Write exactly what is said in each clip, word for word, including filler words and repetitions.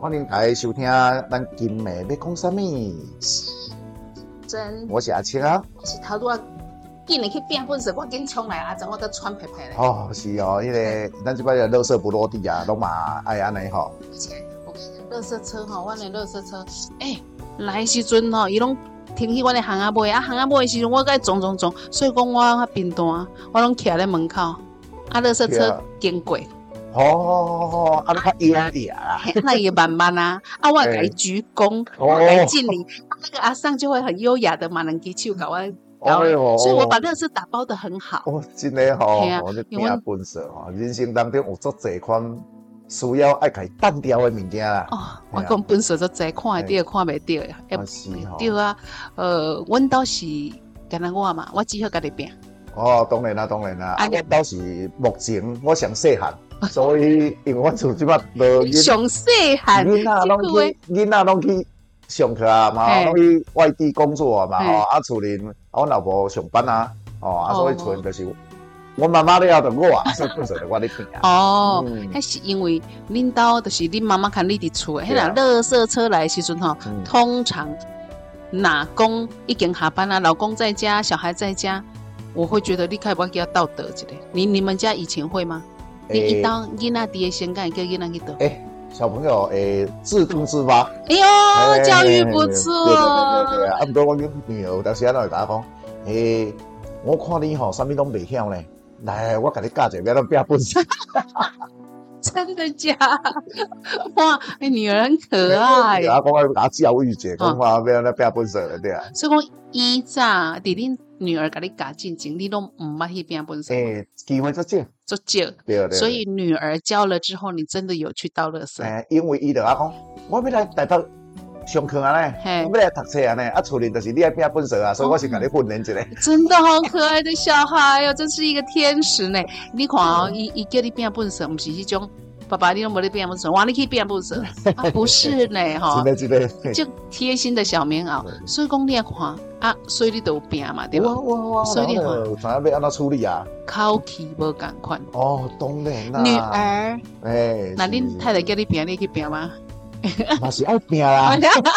欢迎大家收听咱今暝要讲啥物？ 真， 我是阿青啊。 我是头拄啊，紧来去变本事，我紧冲来，阿曾我搁喘皮皮咧。 哦，是哦，迄、那个咱即摆个垃圾不落地啊，拢嘛爱安尼吼。 而且我跟你讲，垃圾车吼，阮的垃圾车，诶、欸，来的时阵吼，伊拢停去阮的巷仔尾，啊巷仔尾的时阵，我该撞撞撞，所以讲我较贫惰，我拢徛咧门口，啊垃圾车经过。 哦，啊，你较优雅啦， 那也慢慢啊，啊，我给鞠躬，我给敬礼，那个阿桑就会很优雅的嘛，能举手搞我， 哦哟， 所以我把垃圾打包的很好。 哦，真的吼，我这拼本事吼，人生当中有足侪款需要爱家单调的物件啦。 哦，我讲本事足侪，看会到看袂到呀， 啊是吼， 对啊，呃，阮倒是干那我嘛，我只好家己拼。 哦，当然啦，当然啦，啊，我倒是目前我上细汉。所以，因为阮厝即摆无上细汉， 囡仔拢去，囡仔拢去上课啊嘛，拢去外地工作啊嘛，哦，啊厝里阮老婆上班啊，哦，啊所以厝就是我妈妈了，就我啊，所以本身就我咧拼啊。 哦，迄是因为恁兜就是恁妈妈看你伫厝诶，迄若垃圾车来的时阵吼，通常若讲已经下班啊，老公在家，小孩在家，我会觉得你开不要道德一个。你你们家以前会吗？你一到囡仔伫诶先干，叫囡仔去倒。 哎，小朋友诶，自动自发。 哎呦，教育不错。 对对对对啊！啊，不过我女儿有当时啊，会甲我讲，诶，我看你吼，啥物拢袂晓呢。来，我甲你教一个，咱拼本事。 真的假？哇，你女儿很可爱。 啊，讲要甲教育者，讲话要咱拼本事了，对啊。 所以讲，以早伫恁女儿甲你教进前，你都唔捌去拼本事。 诶，机会足少， 足少。对对。所以女儿教了之后，你真的有去倒垃圾。 诶，因为伊就啊讲，我要来台北上课啊呢，我要来读册啊呢，啊厝里就是你爱拼本事啊，所以我是甲你训练一下。 真的好可爱的小孩哦，真是一个天使呢。你看哦，伊伊叫你拼本事，唔是迄种。爸爸，你都没得变本事，哇！你可以变本事，啊、不是呢，哈， 真的真的， 就贴心的小棉袄，所以讲你看啊，所以你都有变嘛，对吧？ 哇哇哇！ 所以你看， 知影要安怎处理啊？ 口气无共款。 哦，当然啦。 女儿， 哎， 那恁太太叫你变，你去变吗？ 嘛是爱变啦。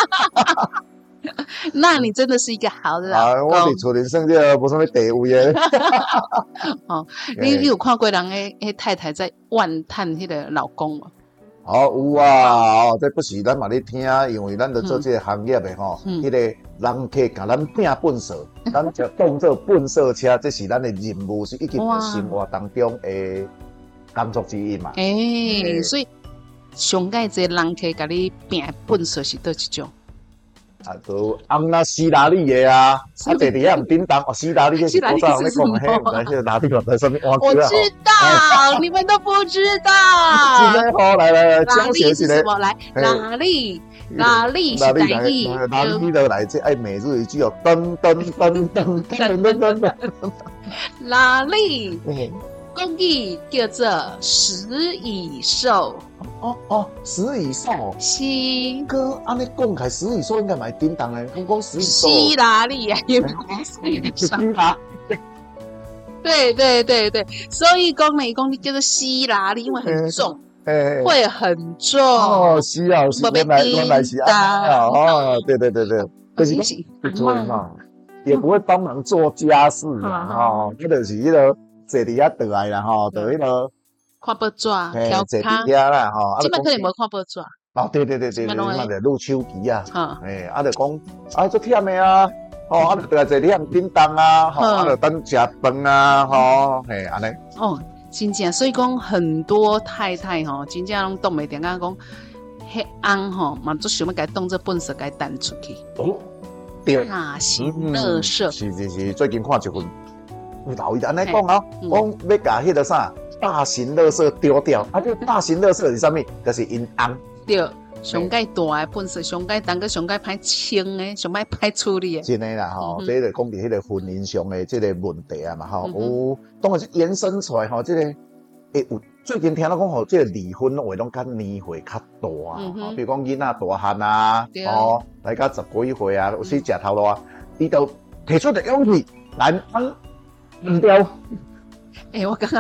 那你真的是一个好的老公。 啊，我伫厝里算这无什么地位诶。 哦，你你有看过人诶诶太太在怨叹迄个老公吗？ 哦，有啊，哦，这不是咱嘛咧听，因为咱在做这个行业的吼，迄个人客甲咱拼本事，咱就当做本色车，这是咱的任务，是一直在生活当中诶工作之一嘛。 诶，所以上届这人客甲你拼本事是倒一种？ 啊，都安那希拉里的啊，啊，坐伫遐唔叮当，哦，希拉里是多少人咧讲嘿，唔知迄个哪地方在上面挖我知道，你们都不知道。 真的好，来来来，教学是什么？来，哪里？哪里是台语？ 哪里都来自爱每日一句哦，噔噔噔噔噔噔噔噔。 哪里？公语叫做食蚁兽。 哦哦，食蚁兽。 是。 哥，安尼讲起食蚁兽应该蛮叮当的，讲讲食蚁兽。 希拉里啊，也不是希拉。对对对对，所以讲呢，讲你叫做希拉里，因为很重，会很重。 哦，是啊，是原来原来是啊，哦，对对对对，可是不做嘛，也不会帮忙做家事啊，哦，那就是迄个。坐伫遐倒来啦吼，倒迄个看报纸、调坐伫遐啦吼。 即摆可能无看报纸。 哦，对对对对对，嘛就录手机啊。诶，啊就讲啊，足忝的啊，吼，啊就倒来坐伫遐叮当啊，吼，啊就等食饭啊，吼，嘿，安尼。 哦，真正，所以讲很多太太吼，真正拢动袂定啊，讲迄翁吼，嘛足想要甲当做本事，甲弹出去。 哦，对。 大型垃圾。 是是是，最近看一份。老伊安尼讲啊，讲要甲迄个啥大型垃圾丢掉，啊，这大型垃圾是啥物？就是因翁。 对，上界大诶本事，上界当个上界歹清诶，上歹歹处理诶。 真诶啦吼，这个讲伫迄个婚姻上诶这个问题啊嘛吼，有当然是延伸出来吼，这个诶有最近听到讲吼，这个离婚话拢较年岁较大啊，比如讲囡仔大汉啊，哦，来到十几岁啊，有时食头路啊，伊就提出着勇气，男方。唔掉， 哎、欸，我刚刚讲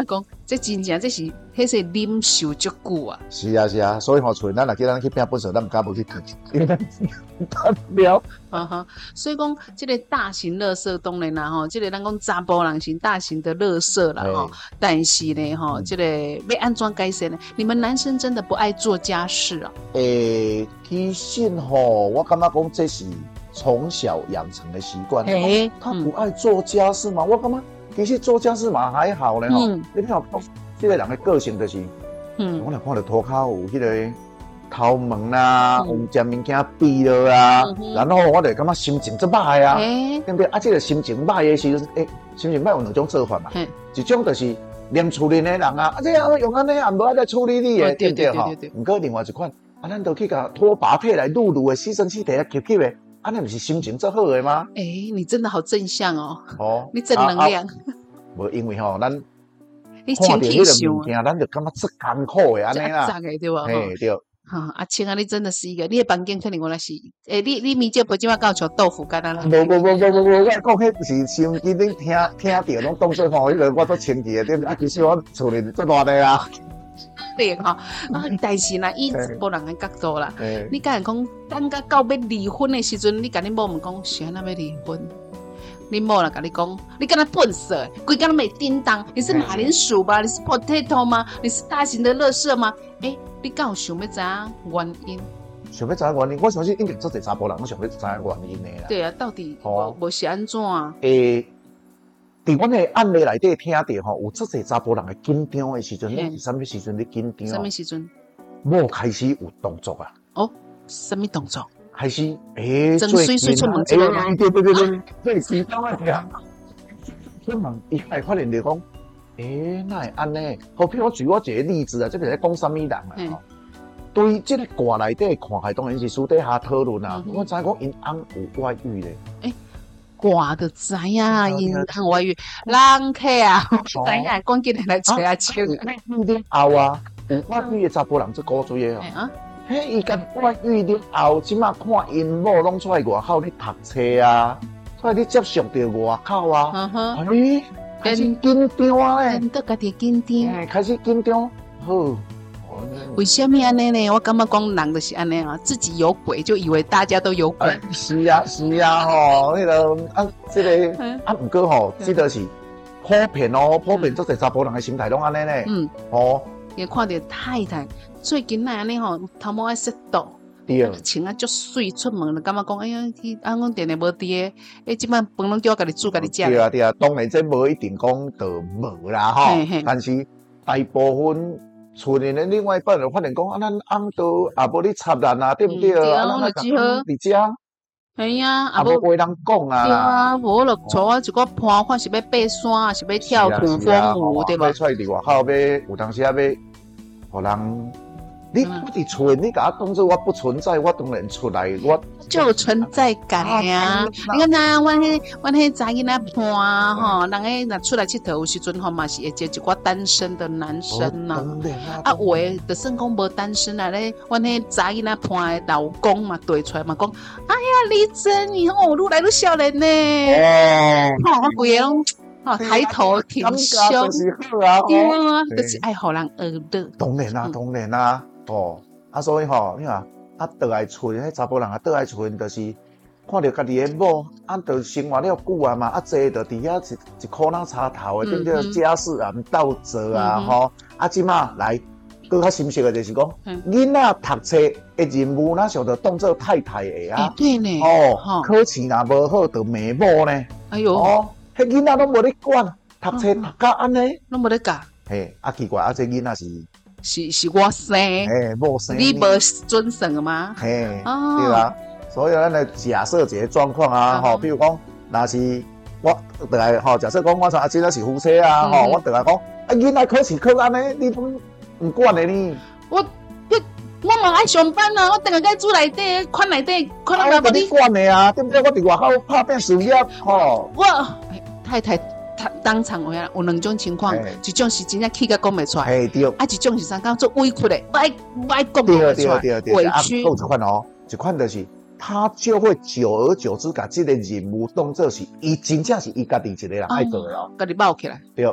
这真正这是迄是忍受足久啊。 是啊是啊，所以吼厝咱若叫咱去拼本事，咱唔敢无去拼，因为咱得了。 哈哈，所以讲这个大型垃圾当然啦吼，这个咱讲查甫人型大型的垃圾啦吼，但是呢吼，这个要安怎改善呢？你们男生真的不爱做家事啊？ 诶，其实吼，我感觉讲这是从小养成的习惯。 诶， 他不爱做家事嘛？我感觉其实做家事嘛还好咧吼。你看，这个人的个性就是，嗯，我若看到涂骹有迄个头毛啦，有食物件闭了啊，然后我就感觉心情足歹啊，对不对？啊，这个心情歹的时阵，诶，心情歹有两种做法嘛，一种就是念厝里的人啊，啊，这样用安尼也无爱再处理你的，对不对吼？唔过另外一款，啊，咱就去甲拖把摕来撸撸的，吸尘器摕来吸吸的。啊，那不是心情最好的吗？ 哎、欸，你真的好正向哦！ 哦， 你正能量。 无、啊啊、因为吼，咱你情绪上， 咱就感觉足艰苦的安尼啦， 对吧？ 嘿，对。 哈，阿青啊，你真的是一个，你的房间肯定我那是，诶、欸，你你咪就不今晚搞炒豆腐干啦？ 无无无无无无，我讲迄是先已经听听到拢当做吼，迄个我做清洁的，对啊，其实我厝里做偌的啊。 对哈，啊，但是呢，以波人的角度啦，你敢讲，等到到要离婚的时阵，你甲你某问讲，谁那要离婚？你某啦，甲你讲，你跟他笨死，规工都没叮当，你是马铃薯吧？你是 potato 吗？你是大型的垃圾吗？诶、欸，你敢有想要知影原因？ 想要知影原因，我相信应该做侪查甫人，我想要知影原因的啦。 对啊，到底我我是安怎啊？ 诶。伫阮的案例内底听到吼，有足侪查甫人会紧张的时阵，你是啥物时阵你紧张？ 啥物时阵？ 某开始有动作啊！ 哦，啥物动作？ 开始诶， 装水水出门之类的。对对对对，最紧张的听。所以问伊会发现就讲，诶，哪会安尼？好，譬如我举我一个例子啊，这个在讲啥物人啊？吼，对这个卦内底看起当然是私底下讨论啊。我知讲因翁有外遇咧。诶。 挂的知呀，因看外遇，人客啊，知呀，赶紧来找阿秋。 遇了后啊，有外遇的查甫人做古锥的哦。嘿，伊甲外遇了后，即马看因某拢出来外口咧读册啊，出来咧接触到外口啊，哎，开始紧张啊咧， 变得家己紧张， 开始紧张，好。 为什么安尼呢？我感觉讲人就是安尼啊，自己有鬼就以为大家都有鬼。 欸、是啊，是啊，吼，迄个啊，这个啊，不过吼，这个是普遍哦，普遍做侪查甫人的心态拢安尼呢。嗯，哦， 也看到太太最近那安尼吼，头毛爱色度， 对， 穿啊足水出门，就感觉讲，哎呀，去安讲电的无伫个，哎，即摆饭拢叫我家己煮家己食。 对啊，对啊，当然这无一定讲就无啦吼，但是大部分。厝里的另外一半就发现讲啊，咱翁都也无咧插咱啊，对不对？ 对啊， 咱就只好伫遮。 哎呀， 也无话人讲啊。 对啊，无就带我一个伴，看是要爬山，是要跳土风舞，对吧？ 要出来伫外口要有当时啊要，互人。你我伫厝，你甲我当做我不存在，我当然出来，我就有存在感呀。你看呐，阮迄阮迄查囡仔伴吼，人诶若出来佚佗有时阵吼嘛是会接一寡单身的男生呐。啊，有诶就算讲无单身啊咧，阮迄查囡仔伴诶老公嘛对出来嘛讲，哎呀，丽珍你哦愈来愈少年呢。哦，吼，规个拢。哦，抬头挺胸，对啊，就是爱互人娱乐。 当然啦，当然啦，哦，啊，所以吼，你看，啊，倒来厝，迄查甫人啊，倒来厝，就是看到家己的某，啊，就生活了久啊嘛，啊，坐就伫遐一一箍仔插头的，对不对？家事也毋斗做啊，吼，啊，即马来，更较深刻的就是讲，囡仔读册的任务，哪想着当做太太的啊？ 对呢， 哦，考试若无好，就骂某呢。哎呦，哦。迄囡仔拢无咧管，读册读甲安尼， 拢无咧教。 嘿，啊奇怪，啊这囡仔是是是我生， 嘿，某生， 你无准生吗？ 嘿，哦、对啦。所以咱来假设一个状况啊，吼、哦，比如讲，若是我倒来吼，假设讲我像阿姐那是夫妻啊，吼、嗯，我倒来讲，啊囡仔考试考安尼，你拢唔管的呢？ 我，我嘛爱上班啊，我等下该厝内底，款内底，款内底你管的啊，对不对？我伫外口拍拼事业，吼。 我。太太当场有有两种情况，一种是真正气甲讲袂出来，啊，一种是啥讲做委屈的，我爱我爱讲袂出来，委屈。 有一款哦，一款就是他就会久而久之把这个任务当作是伊真正是伊家己一个人爱做的哦， 家己包起来。 对，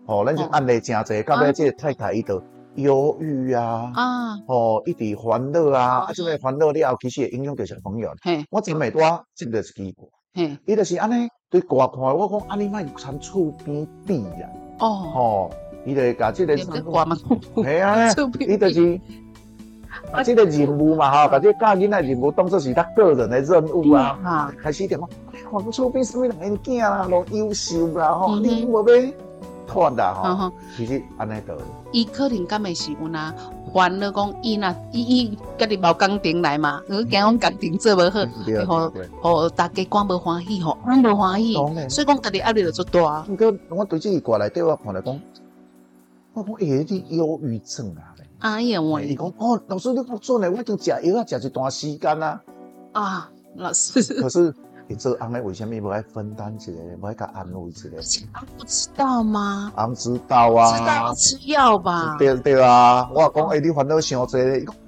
吼、哦，咱就案例真侪，到尾这个太太伊就忧郁啊，啊，吼、哦，一直烦恼啊，啊，这个烦恼了后，其实会影响到小朋友。我真袂多，真就是奇怪。嘿，伊就是安尼对大看，我讲安尼莫参厝边比啦。哦，吼，伊就甲这个，系啊，伊就是。啊，这个任务嘛，哈，把这教囡仔任务当作是他个人的任务啊，哈、嗯，开始点讲，看我厝边什么人缘囝啦，都优秀啦，吼、嗯，你无要拖啦，吼、嗯，其實安尼就， 伊可能敢會是有呐，煩惱講伊呐，伊伊家己無工程來嘛，佢驚講工程做無好，互互大家講無歡喜，吼，咱無歡喜，所以講家己壓力就足大。 不過我對這個內底我看來講，我講誒，啲憂鬱症啊。 哎呀，我伊講哦，老師你講做呢，我已經食藥啊，食一段時間啦。 啊，老師。 可是你做翁咧，為什麼無愛分擔一下，無愛甲安慰一下？ 翁不知道嗎？ 翁知道啊。 知道要吃藥吧？ 對對啊，我講誒、欸，你煩惱傷濟。誒、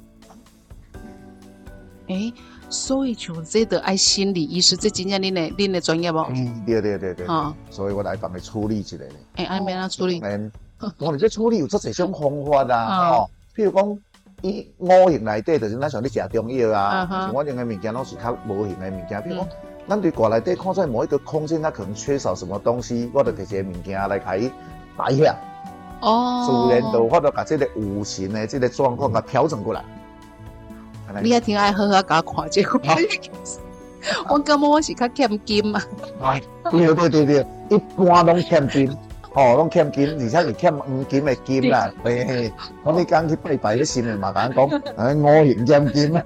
欸，所以像這個愛心理醫師，這真正恁的恁的專業無？ 嗯，對對對對。啊，所以我來幫你處理一下咧。誒、 欸，安免怎處理？ 我哋這處理有足儕種方法啊，吼、哦，譬如講，伊五行內底就是咱像你食中藥啊，像我用嘅物件攏是較無形嘅物件，譬如講，咱對卦內底看在某一個空間，它可能缺少什麼東西，我就摕一個物件來甲伊擺遐，哦，自然就我就把這個五行嘅這個狀況甲調整過來。 你還挺愛好好甲我看這個，我感覺我是較欠金啊。 對對對對，一般攏欠金。哦，攏欠金，而且是欠黃金的金啦。嘿嘿，我你講去拜拜，你心裡嘛講講，哎，五行欠金啊。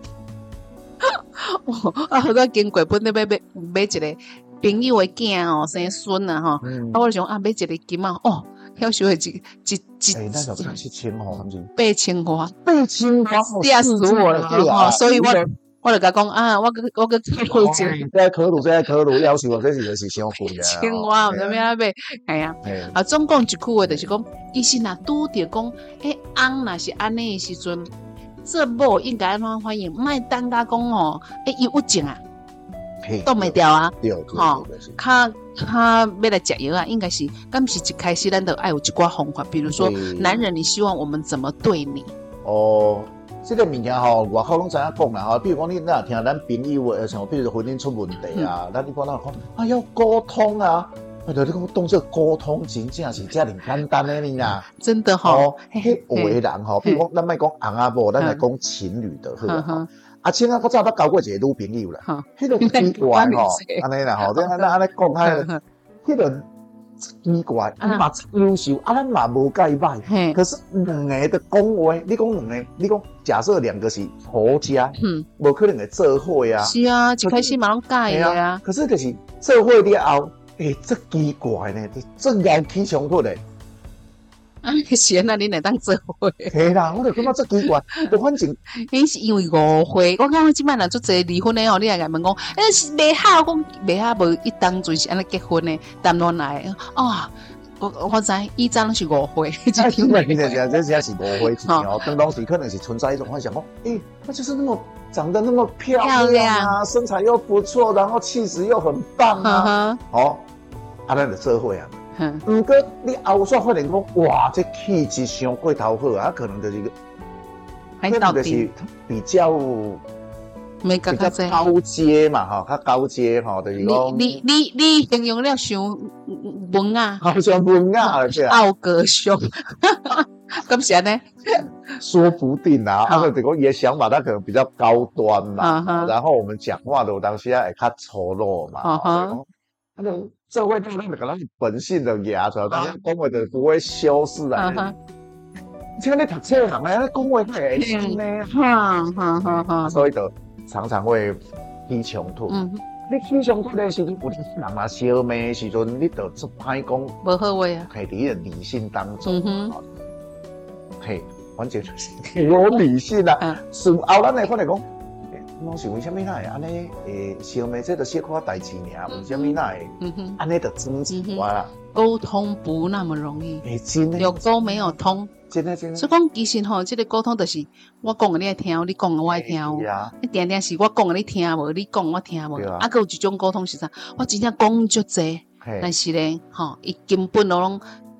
啊，好個經過本來要買買一個朋友的囝哦，生孫啊吼，啊我想啊買一個金啊，哦，曉收係一一一， 誒，那就七千吼， 八千塊， 八千塊， 嚇死我了哈！所以我。我就甲講啊，我我個考慮者， 這考慮這考慮要求，這是就是傷貴啊。 青蛙，唔知咩啊買，係啊。啊，總共一句話就是講，其實若拄着講，誒，翁若是安尼嘅時陣，這某應該安怎反應？莫等甲講哦，誒，伊有症啊，擋袂掉啊，吼，較較要來食藥啊，應該是，敢是一開始咱就愛有一寡方法，比如說，男人，你希望我們怎麼對你？ 哦。這個物件吼，外口攏知影講啦吼。比如講，你若聽咱朋友誒，像比如婚姻出問題啊，咱、嗯、你講那講，啊要溝通啊，啊就你講當這溝通真正是遮爾簡單誒呢啦。 真的吼、哦， 迄有誒人吼，比如講，咱莫講翁仔某，咱來講情侶的，好啊。啊，像啊，我早捌交過一個女朋友啦，迄個奇怪吼，安尼啦吼，即安尼安尼講下，迄個。奇怪，啊嘛優秀，啊咱嘛無介歹，可是兩個的講話，你講兩個，你講假設兩個是婆家，嗯，無可能會做伙啊。 是啊，一開始嘛攏介嘅啊。 可是就是做伙了後，誒，這奇怪呢，真要起衝突咧。 啊，是啊，那恁會當做伙？ 係啦，我就感覺這奇怪，就反正， 迄是因為誤會。我講即擺若做儕離婚的吼，你來甲問講，誒是袂好，講袂好，無伊當陣是安尼結婚的，談戀愛哦，我我知，以前攏是誤會。 這真係真係這真係是誤會事情哦。當當時可能是存在一種幻想，講，誒，他就是那麼長得那麼漂亮啊，身材又不錯，然後氣質又很棒啊，哦，啊，咱就做伙啊。毋過你後續發現講，哇，這氣質上過頭好啊，可能就是個，可能就是比較比較高階嘛，吼，較高階吼，就是講你你你形容了像文雅， 好像文雅了， 傲格胸，咁是安尼， 說不定啊，啊，就講伊嘅想法，他可能比較高端嘛，然後我們講話的當時會較粗魯嘛，啊，那種。這會讓人可能本性就壓出來，但係講話就不會修飾啊。像你讀冊人咧，講話太輕咧，哈哈哈哈，所以就常常會起衝突。嗯，你起衝突的時候，有啲人嘛相罵的時陣，你就出歹講， 無好話啊。 係喺個理性當中，嗯哼，係完全就是有理性啊。事後咱來看嚟講。我想為什麼那會安尼？誒，小妹這個小可代志爾，為什麼那會安尼就爭執啦？ 溝通不那麼容易， 誒，真的， 有溝沒有通， 真的真的。 所以講其實吼，這個溝通就是我講嘅你愛聽，你講嘅我愛聽。你定定是我講嘅你聽無，你講我聽無。啊，還有一種溝通是啥？我真正講足濟，但是咧，吼，伊根本攏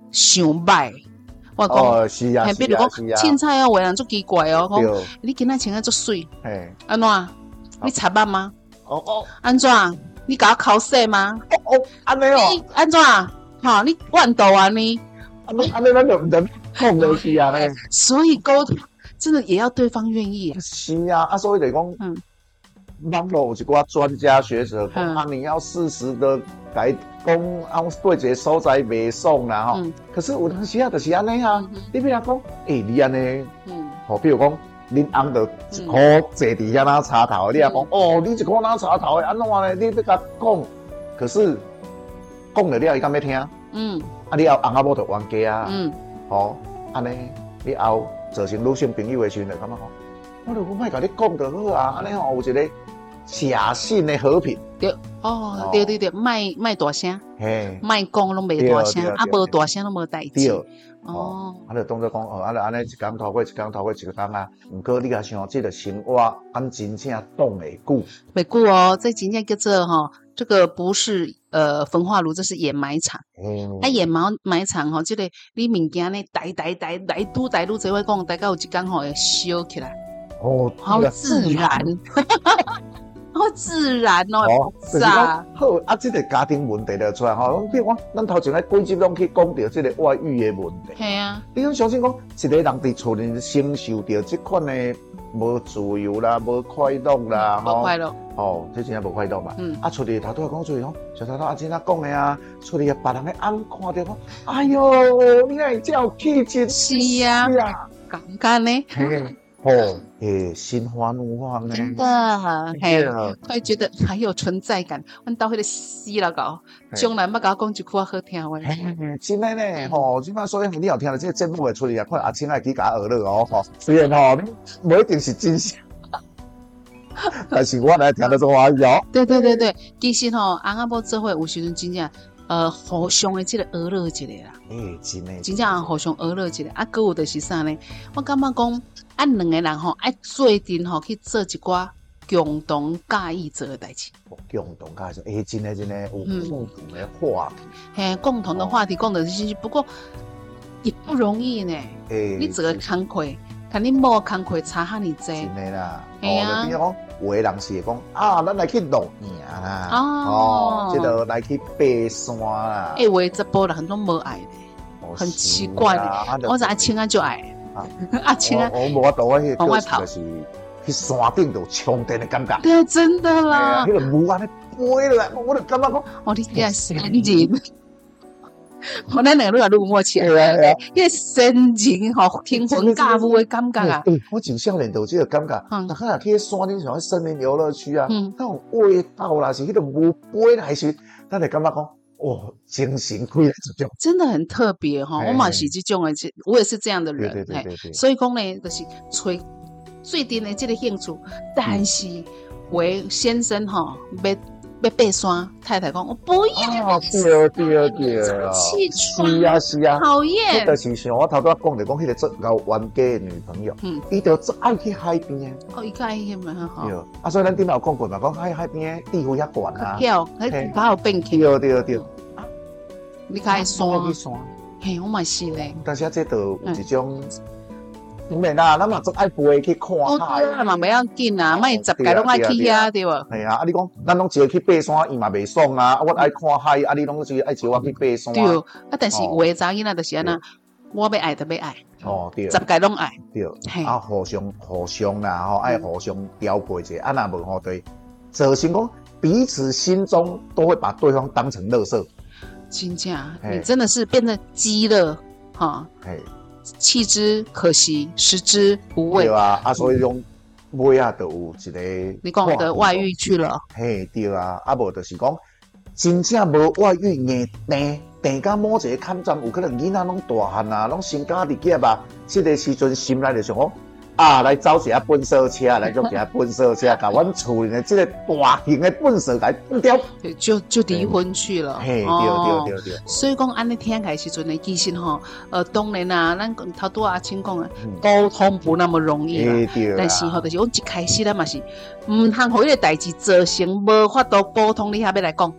想歹。我讲， 哦，是啊， 比如讲凊彩哦，有人足奇怪哦，讲你今仔穿啊足水，安怎？你擦肉吗？ 哦哦， 安怎？你搞考试吗？ 哦哦，安尼哦， 安怎？哈，你万度啊你？ 安尼安尼，咱就唔能讲落去啊咧。 所以沟通真的也要对方愿意。 是啊，啊，所以就讲，嗯，网络有一寡专家学者讲啊，你要适时的改讲啊，对一个所在袂爽啦吼。可是有当时啊，就是安尼啊，你比如讲，诶，你安尼，嗯，吼，比如讲。恁翁就一箍坐伫遐那插头，你也讲哦，你一箍那插头的安怎呢？你要甲讲，可是讲了了，伊敢要听？嗯，啊，你后翁仔某就冤家啊，嗯，吼，安尼你后造成女性朋友的时阵，就感觉讲，我就莫甲你讲就好啊，安尼吼有一个假性的和平。 对，哦，对对对，莫莫大声，嘿，莫讲拢袂大声，啊，无大声拢无代志。 哦，啊，就当作讲哦，啊，就安尼一工头过一工头过一个工啊。不过你甲想，这个生活安真正挡会久， 袂久哦。这真正叫做哈，这个不是呃焚化炉，这是掩埋场。嗯，啊，掩埋埋场吼，这个你物件呢，台台台台拄台拄这话讲，大概有一工吼会烧起来。哦，好自然。好自然哦， 哦，就是讲好啊，这个家庭问题就出来吼。比如讲，咱头前咧几集拢去讲到这个外遇的问题。 系啊， 你讲相信讲，一个人伫厝里承受到这款的无自由啦、无快乐啦， 无快乐， 哦，这真正无快乐嘛。嗯，啊，出去头拄来讲出去讲，小头头阿真啊讲的啊，出去啊，别人咧暗看到讲，哎哟，你爱这有气质， 是啊，感觉呢。 哦，诶，心花怒放呢， 真的，嘿，会觉得还有存在感。阮兜迄个死老狗，将来要甲我讲一句好听话。 真的呢，吼，即摆所以你有听到这个节目会出去啊，看阿青爱去甲我学了哦，吼，虽然吼你无一定是真实，但是我来听得做欢喜哦。 对对对对，其实吼，翁仔某做伙有时阵真正。呃，互相的这个娱乐一下啦， 诶，真诶， 真正互相娱乐一下。啊，搁有就是啥呢？我感觉讲，啊，两个人吼，爱做阵吼去做一寡共同介意做的代志。 共同介意，诶，真诶真诶，有共同的话题。 嘿，共同的话题，共同的信息，不过也不容易呢。诶，你这个工课，看你无工课差哈尼济。 真诶啦，哦，就比如讲。有的人是讲啊，咱来去露营啦，哦，这个来去爬山啦。 哎，我这波人很多没爱的，很奇怪的。我是阿青啊就爱，阿青啊， 我无法度，我去往外跑，就是去山顶度充电的感觉。 对，真的啦。 那个雾安尼飞来，我就感觉讲， 我的天，神人。我咱两个愈愈默契，迄个神人吼，天魂驾雾的感觉啊！ 我从少年就有这个感觉，那可能去山顶上森林游乐区啊，那种味道啦，是迄个雾飞来时，咱就感觉讲，哦，精神开来这种， 真的很特别哈！我嘛是这种的，我也是这样的人， 对对对对。 所以讲呢，就是找最近的这个兴趣，但是为先生哈，要。要爬山，太太讲我不要。 哦，对对对， 气是啊是啊， 讨厌。 就是像我头拄仔讲的，讲迄个做搞冤家的女朋友，嗯，伊就做爱去海边。 哦，伊爱去嘛好。 对，啊，所以咱顶头有讲过嘛，讲海海边地位遐悬啊。 跳，迄较有变气。 对对对。 你较爱山。 去山。 嘿，我嘛是咧。 但是啊，这都有一种。唔免啦，咱嘛做爱飞去看海， 哦，嘛袂要紧啊，莫十届拢爱去遐对无？ 系啊，啊你讲，咱拢一个去爬山，伊嘛袂爽啊。我爱看海，啊你拢是爱招我去爬山。 对，啊但是有诶查囡仔就是安那，我要爱就要爱。哦，对。十届拢爱。 对。啊，互相互相啦，吼，爱互相调配者，啊若无吼对，造成讲彼此心中都会把对方当成垃圾。 真正，你真的是变成鸡了，哈。嘿。弃之可惜，食之无味。 对啊，啊，所以讲尾啊，就有一个你讲的外遇去了。 嘿，对啊，啊无就是讲真正无外遇，硬定定到某一个坎站，有可能囡仔拢大汉啊，拢成家立业啊，这个时阵心内就想讲啊，来找一下粪扫车，来做一下粪扫车，把阮厝里的这个大型的粪扫给丢掉， 就就离婚去了。 嘿，对对对对。 所以讲，安尼听起来时阵呢，其实吼，呃，当然啊，咱头拄阿青讲啊，沟通不那么容易啦。但是吼，就是我一开始咱嘛是，唔通互迄个代志造成无法度沟通，你还要来讲。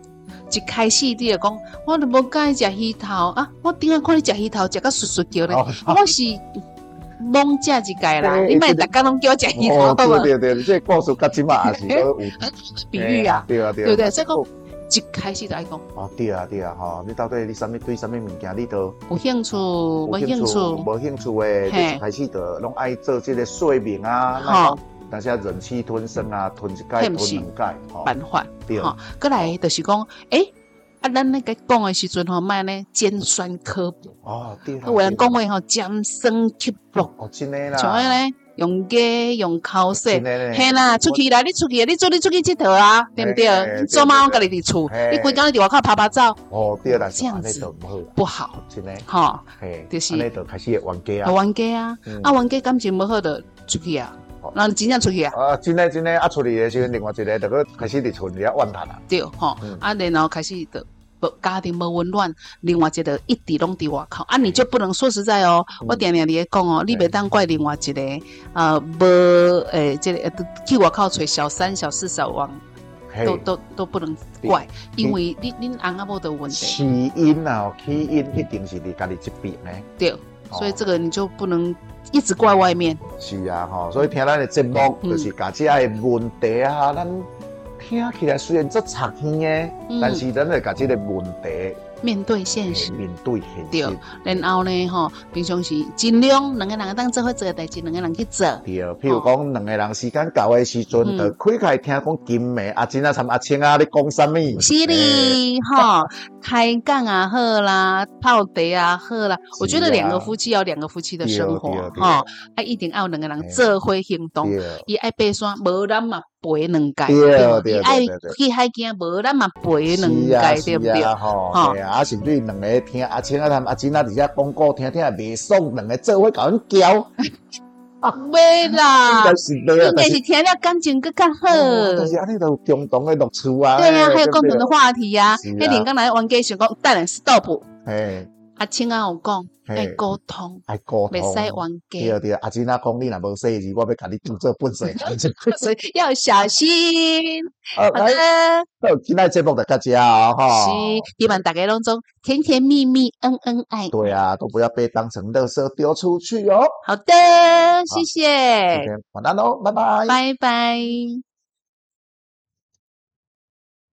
一开始你就讲，我都无介食鱼头啊，我顶下看你食鱼头，食到嗖嗖叫咧，哦、我是懵食一届啦，你莫逐工拢叫我食鱼头好嘛？对对对，这故事到即马也是都有比喻啊， 对啊对啊， 对不对？所以讲一开始就爱讲， 哦对啊对啊，吼，你到底你啥物对啥物物件你都有兴趣，无兴趣， 无兴趣诶，你一开始就拢爱做这个说明啊，吼。但是啊，忍气吞声啊，吞一届，吞两届， 办法， 对， 吼，过来就是讲，诶，啊，咱咧讲的时阵吼，莫咧尖酸刻薄， 哦，对， 有人讲话吼，尖酸刻薄， 哦，真诶啦， 像咧用假用口舌，嘿啦，出去啦，你出去，你做你出去佚佗啊，对不对？做妈我家己伫厝，你规工伫外口拍拍走， 哦，对啦， 这样子不好， 真诶， 吼， 就是安尼就开始冤家啊，冤家啊，啊，冤家感情无好就出去啊。然后真正出去啊！ 啊，真诶真诶，啊出去的时候，另外一个就个开始伫厝里啊怨叹啦。 对，吼，嗯、啊，然后开始的家庭无温暖，另外一个一直拢伫外口，啊，你就不能说实在哦，嗯、我定定咧讲哦，你袂当怪另外一个，呃，无诶，这个去外口找小三、小四、小王，都都都不能怪，因为你恁翁仔某的问题。 起因啊，起因一定是你家己这边呢。 对，所以这个你就不能。一直怪外面， 是啊，吼，所以听咱的节目就是把这些问题啊，咱、嗯、听起来虽然足插耳的，嗯、但是咱会把这个问题面对现实， 面对现实。 对，然后呢，吼，平常时尽量两个人当做伙做个代志，两个人去做。 对，譬如讲两个人时间到的时阵，就开开听讲金妹阿珍啊、参阿青啊，你讲什么？ 是哩，吼，开讲啊好啦，泡茶啊好啦。我觉得两个夫妻要两个夫妻的生活，吼，啊一定要两个人做伙行动。伊爱爬山，无咱嘛陪两届，对对。伊爱去海边，无咱嘛陪两届，对不对？ 吼，啊，甚至两个听阿青啊、他阿珍啊，伫遮广告听听也袂爽，两个做伙甲阮交。 袂啦，应该是应该是听了感情更较好。 但是安尼都有共同的乐趣啊。 对啊，还有共同的话题啊。迄连刚来冤家想讲，等下 stop。嘿，阿青啊，有讲爱沟通， 爱沟通， 袂使冤家。对对，阿珍啊讲你若无说字，我要甲你当做本事。 所以要小心。 好的，好，今天节目就到这啊，哈。 是，希望大家拢总甜甜蜜蜜、恩恩爱。 对啊，都不要被当成垃圾丢出去哦。 好的，谢谢。 今天晚安喽，拜拜。 拜拜。